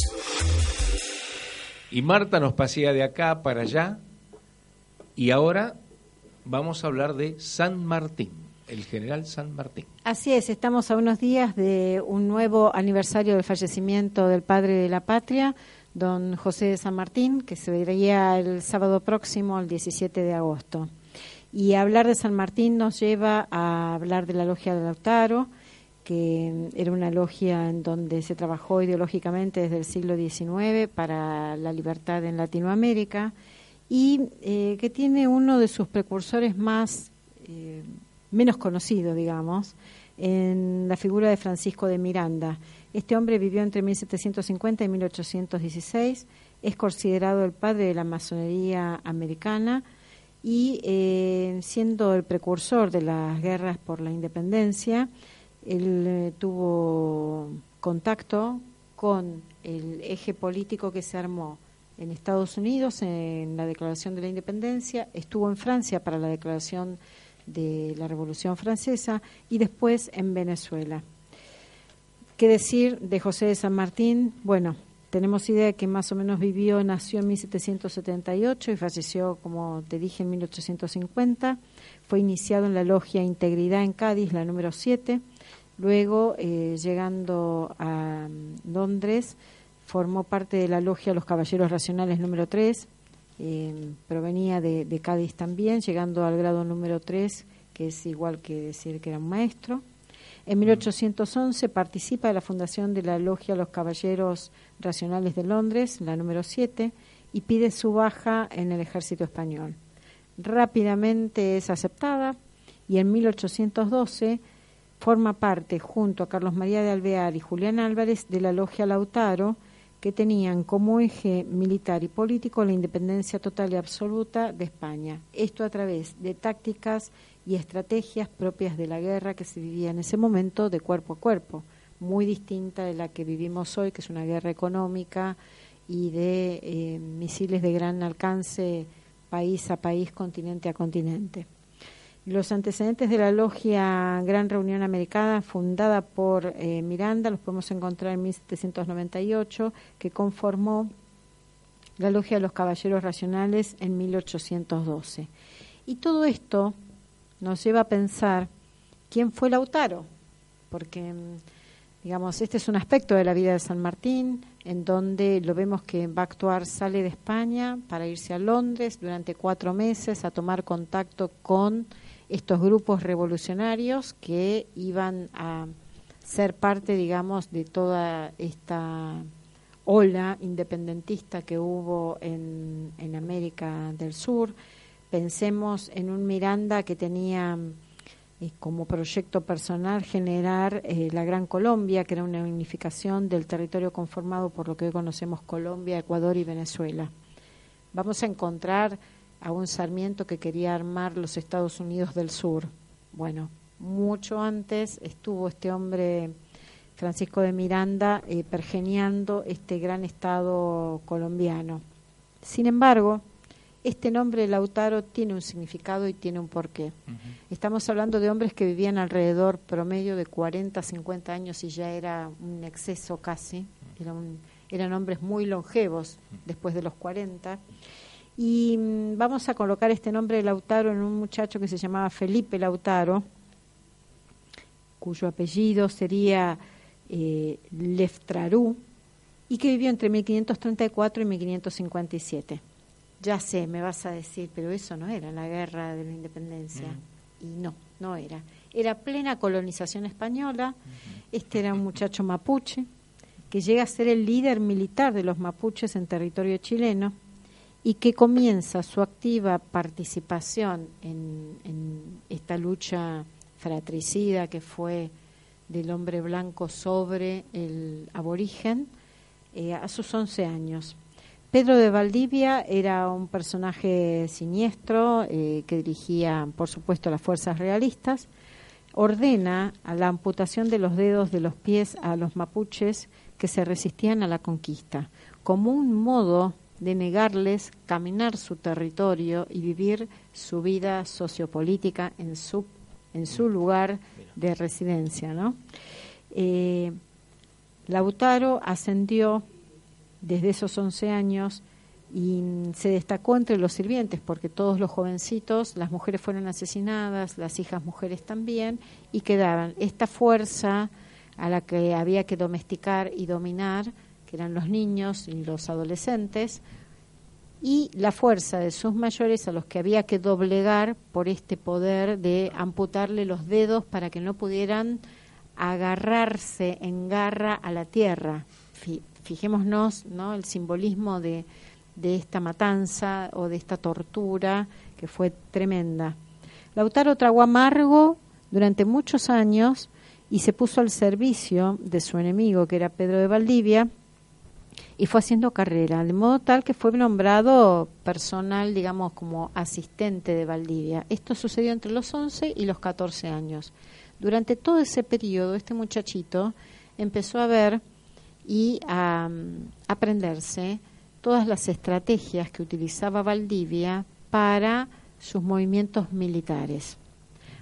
Y Marta nos pasea de acá para allá. Y ahora vamos a hablar de San Martín, el general San Martín. Así es, estamos a unos días de un nuevo aniversario del fallecimiento del padre de la patria, don José de San Martín, que se vería el sábado próximo, el diecisiete de agosto. Y hablar de San Martín nos lleva a hablar de la logia de Lautaro, que era una logia en donde se trabajó ideológicamente desde el siglo diecinueve para la libertad en Latinoamérica y eh, que tiene uno de sus precursores más eh, menos conocido, digamos, en la figura de Francisco de Miranda. Este hombre vivió entre mil setecientos cincuenta y mil ochocientos dieciséis, es considerado el padre de la masonería americana y eh, siendo el precursor de las guerras por la independencia, él eh, tuvo contacto con el eje político que se armó en Estados Unidos en la Declaración de la Independencia, estuvo en Francia para la Declaración de la Revolución Francesa y después en Venezuela. ¿Qué decir de José de San Martín? Bueno, tenemos idea de que más o menos vivió, nació en mil setecientos setenta y ocho y falleció, como te dije, en mil ochocientos cincuenta. Fue iniciado en la logia Integridad en Cádiz, la número siete. Luego, eh, llegando a Londres, formó parte de la logia Los Caballeros Racionales número tres. Eh, provenía de, de Cádiz también, llegando al grado número tres, que es igual que decir que era un maestro. En mil ochocientos once participa de la fundación de la logia Los Caballeros Racionales de Londres, la número siete, y pide su baja en el ejército español. Rápidamente es aceptada y en mil ochocientos doce forma parte, junto a Carlos María de Alvear y Julián Álvarez, de la logia Lautaro, que tenían como eje militar y político la independencia total y absoluta de España. Esto a través de tácticas y estrategias propias de la guerra que se vivía en ese momento de cuerpo a cuerpo, muy distinta de la que vivimos hoy, que es una guerra económica y de eh, misiles de gran alcance país a país, continente a continente. Los antecedentes de la logia Gran Reunión Americana, fundada por eh, Miranda, los podemos encontrar en mil setecientos noventa y ocho, que conformó la logia de los Caballeros Racionales en mil ochocientos doce. Y todo esto nos lleva a pensar quién fue Lautaro, porque, digamos, este es un aspecto de la vida de San Martín, en donde lo vemos que va a actuar, sale de España para irse a Londres durante cuatro meses a tomar contacto con estos grupos revolucionarios que iban a ser parte, digamos, de toda esta ola independentista que hubo en, en América del Sur. Pensemos en un Miranda que tenía eh, como proyecto personal generar eh, la Gran Colombia, que era una unificación del territorio conformado por lo que hoy conocemos Colombia, Ecuador y Venezuela. Vamos a encontrar a un Sarmiento que quería armar los Estados Unidos del Sur. Bueno, mucho antes estuvo este hombre, Francisco de Miranda, eh, pergeñando este gran Estado colombiano. Sin embargo, este nombre Lautaro tiene un significado y tiene un porqué. Uh-huh. Estamos hablando de hombres que vivían alrededor promedio de cuarenta, cincuenta años y ya era un exceso casi. Era un, eran hombres muy longevos después de los cuarenta. Y mmm, vamos a colocar este nombre de Lautaro en un muchacho que se llamaba Felipe Lautaro, cuyo apellido sería eh, Leftrarú, y que vivió entre mil quinientos treinta y cuatro y mil quinientos cincuenta y siete. Ya sé, me vas a decir, pero eso no era la guerra de la independencia. Mm. Y no, no era. Era plena colonización española. Mm-hmm. Este era un muchacho mapuche que llega a ser el líder militar de los mapuches en territorio chileno y que comienza su activa participación en, en esta lucha fratricida que fue del hombre blanco sobre el aborigen eh, a sus once años. Pedro de Valdivia era un personaje siniestro eh, que dirigía, por supuesto, las fuerzas realistas. Ordena a la amputación de los dedos de los pies a los mapuches que se resistían a la conquista, como un modo de negarles caminar su territorio y vivir su vida sociopolítica en su en su lugar de residencia, ¿no? Eh, Lautaro ascendió desde esos once años y se destacó entre los sirvientes porque todos los jovencitos, las mujeres fueron asesinadas, las hijas mujeres también, y quedaban esta fuerza a la que había que domesticar y dominar, que eran los niños y los adolescentes, y la fuerza de sus mayores a los que había que doblegar por este poder de amputarle los dedos para que no pudieran agarrarse en garra a la tierra. Fijémonos, ¿no?, el simbolismo de, de esta matanza o de esta tortura que fue tremenda. Lautaro tragó amargo durante muchos años y se puso al servicio de su enemigo, que era Pedro de Valdivia, y fue haciendo carrera, de modo tal que fue nombrado personal, digamos, como asistente de Valdivia. Esto sucedió entre los once y los catorce años. Durante todo ese periodo, este muchachito empezó a ver y a um, aprenderse todas las estrategias que utilizaba Valdivia para sus movimientos militares.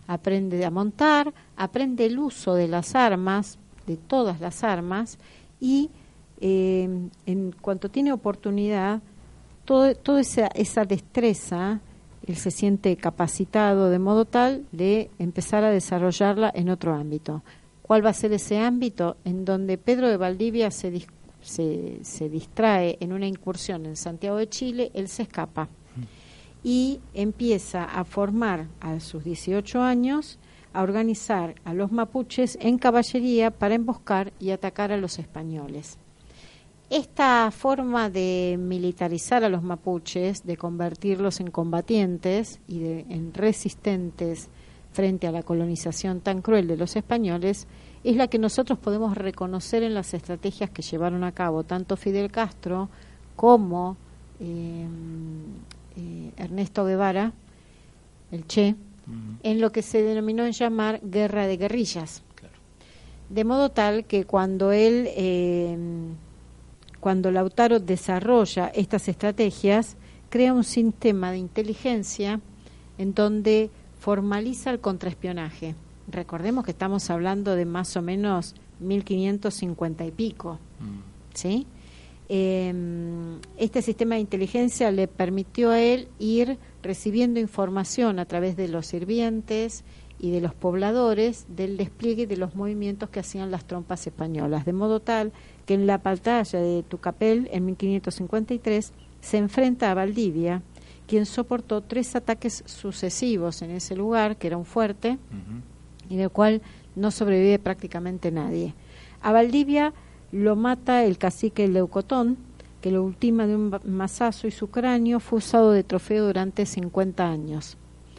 aprende a montar, aprende el uso de las armas, de todas las armas, y eh, en cuanto tiene oportunidad, todo, toda esa, esa destreza, él se siente capacitado de modo tal de empezar a desarrollarla en otro ámbito. ¿Cuál va a ser ese ámbito? En donde Pedro de Valdivia se, dis, se, se distrae en una incursión en Santiago de Chile, él se escapa y empieza a formar a sus dieciocho años, a organizar a los mapuches en caballería para emboscar y atacar a los españoles. Esta forma de militarizar a los mapuches, de convertirlos en combatientes y de, en resistentes frente a la colonización tan cruel de los españoles, es la que nosotros podemos reconocer en las estrategias que llevaron a cabo tanto Fidel Castro como eh, eh, Ernesto Guevara, el Che, uh-huh. en lo que se denominó en llamar guerra de guerrillas. Claro. De modo tal que cuando él, eh, cuando Lautaro desarrolla estas estrategias, crea un sistema de inteligencia en donde formaliza el contraespionaje. Recordemos que estamos hablando de más o menos mil quinientos cincuenta y pico, mm. ¿sí? Eh, este sistema de inteligencia le permitió a él ir recibiendo información a través de los sirvientes y de los pobladores del despliegue de los movimientos que hacían las tropas españolas, de modo tal que en la batalla de Tucapel en mil quinientos cincuenta y tres se enfrenta a Valdivia, quien soportó tres ataques sucesivos en ese lugar, que era un fuerte, uh-huh. y del cual no sobrevive prácticamente nadie. A Valdivia lo mata el cacique Leucotón, que lo ultima de un mazazo, y su cráneo fue usado de trofeo durante cincuenta años.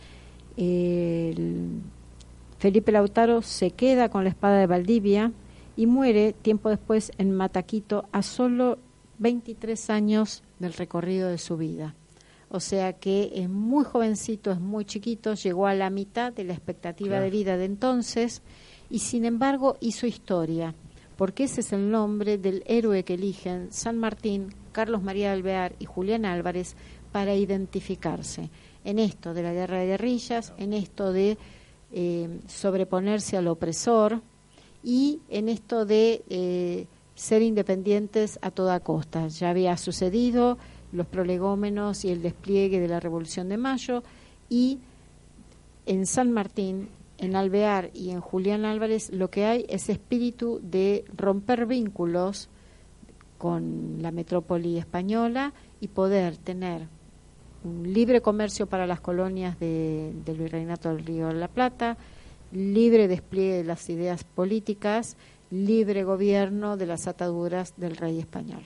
El Felipe Lautaro se queda con la espada de Valdivia y muere tiempo después en Mataquito a solo veintitrés años del recorrido de su vida. O sea que es muy jovencito, es muy chiquito, llegó a la mitad de la expectativa claro. de vida de entonces y sin embargo hizo historia, porque ese es el nombre del héroe que eligen San Martín, Carlos María de Alvear y Julián Álvarez para identificarse en esto de la guerra de guerrillas, en esto de eh, sobreponerse al opresor y en esto de eh, ser independientes a toda costa. Ya había sucedido los prolegómenos y el despliegue de la Revolución de Mayo, y en San Martín, en Alvear y en Julián Álvarez lo que hay es espíritu de romper vínculos con la metrópoli española y poder tener un libre comercio para las colonias de, del Virreinato del Río de la Plata, libre despliegue de las ideas políticas, libre gobierno de las ataduras del rey español.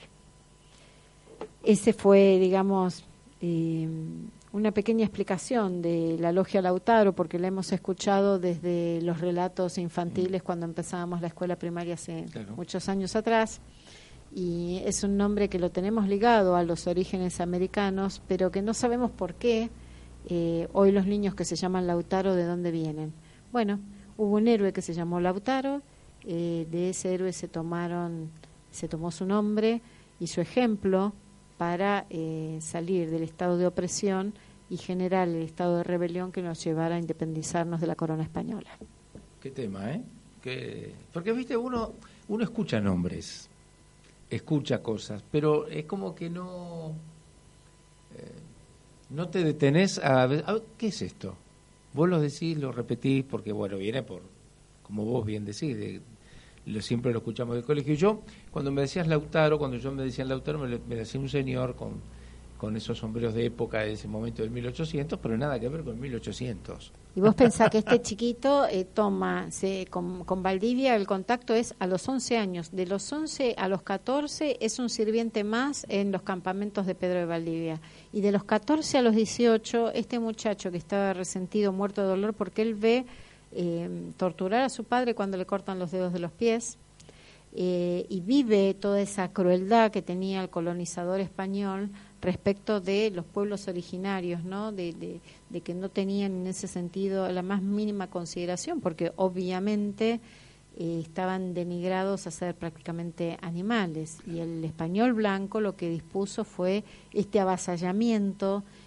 Ese fue, digamos, eh, una pequeña explicación de la Logia Lautaro, porque la hemos escuchado desde los relatos infantiles cuando empezábamos la escuela primaria hace claro. muchos años atrás, y es un nombre que lo tenemos ligado a los orígenes americanos, pero que no sabemos por qué eh, hoy los niños que se llaman Lautaro, ¿de dónde vienen? Bueno, hubo un héroe que se llamó Lautaro, eh, de ese héroe se tomaron, se tomó su nombre y su ejemplo para eh, salir del estado de opresión y generar el estado de rebelión que nos llevara a independizarnos de la corona española. Qué tema, ¿eh? Que, porque, viste, uno uno escucha nombres, escucha cosas, pero es como que no eh, no te detenés a ver, a ver, ¿qué es esto? Vos lo decís, lo repetís, porque, bueno, viene por, como vos bien decís, de, lo, siempre lo escuchamos del colegio. Y yo, cuando me decías Lautaro, cuando yo me decían Lautaro, me, me decía un señor con, con esos sombreros de época de ese momento del mil ochocientos, pero nada que ver con mil ochocientos. Y vos pensás que este chiquito eh, toma, se, con, con Valdivia el contacto es a los once años. De los once a los catorce es un sirviente más en los campamentos de Pedro de Valdivia. Y de los catorce a los dieciocho, este muchacho que estaba resentido, muerto de dolor, porque él ve Eh, torturar a su padre cuando le cortan los dedos de los pies, eh, y vive toda esa crueldad que tenía el colonizador español respecto de los pueblos originarios, ¿no? De, de, de que no tenían en ese sentido la más mínima consideración, porque obviamente eh, estaban denigrados a ser prácticamente animales, y el español blanco lo que dispuso fue este avasallamiento,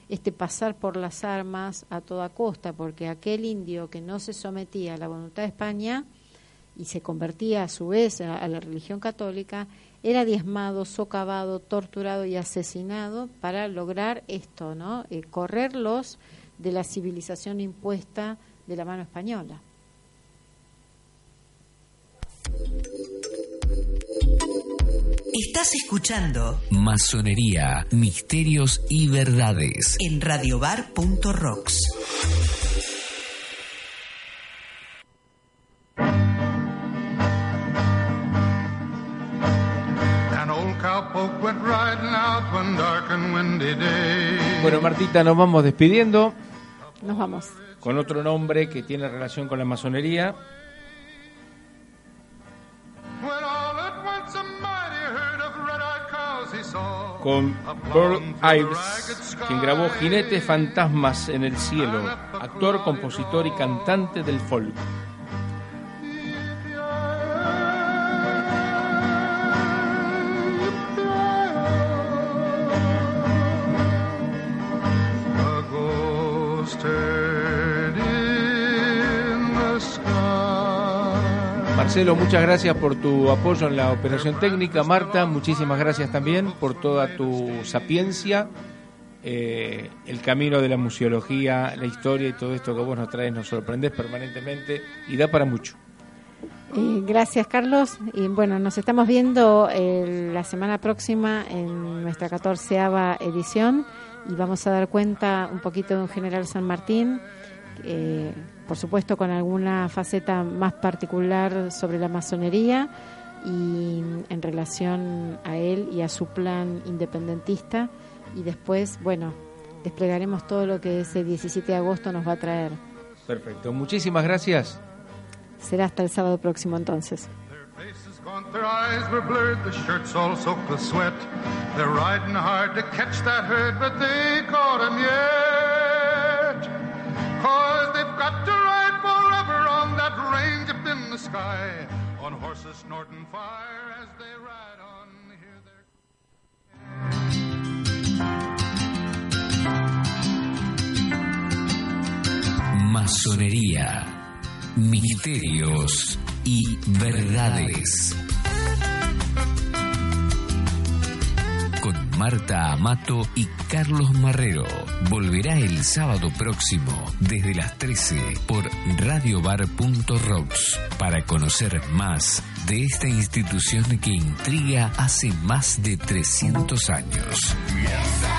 este pasar por las armas a toda costa, porque aquel indio que no se sometía a la voluntad de España y se convertía a su vez a, a la religión católica, era diezmado, socavado, torturado y asesinado para lograr esto, ¿no? Eh, correrlos de la civilización impuesta de la mano española. Estás escuchando Masonería, Misterios y Verdades en radiobar punto rocks. Bueno, Martita, nos vamos despidiendo. Nos vamos. Con otro nombre que tiene relación con la masonería. Con Burl Ives, quien grabó Jinetes Fantasmas en el Cielo, actor, compositor y cantante del folk. Marcelo, muchas gracias por tu apoyo en la operación técnica. Marta, muchísimas gracias también por toda tu sapiencia, eh, el camino de la museología, la historia y todo esto que vos nos traes, nos sorprendés permanentemente y da para mucho. Eh, gracias, Carlos. Y bueno, nos estamos viendo eh, la semana próxima en nuestra catorceava edición y vamos a dar cuenta un poquito de un general San Martín, eh, por supuesto con alguna faceta más particular sobre la masonería y en relación a él y a su plan independentista, y después, bueno, desplegaremos todo lo que ese diecisiete de agosto nos va a traer. Perfecto, muchísimas gracias. Será hasta el sábado próximo entonces. Their eyes were blurred, the shirts all soaked with sweat. They're riding hard to catch that herd, but they caught him yet. Cause they've got to ride forever on that range up in the sky, on horses snorting fire as they ride on. Hear their... Masonería, misterios y verdades. Con Marta Amato y Carlos Marrero. Volverá el sábado próximo desde las trece por radiobar punto rocks para conocer más de esta institución que intriga hace más de trescientos años.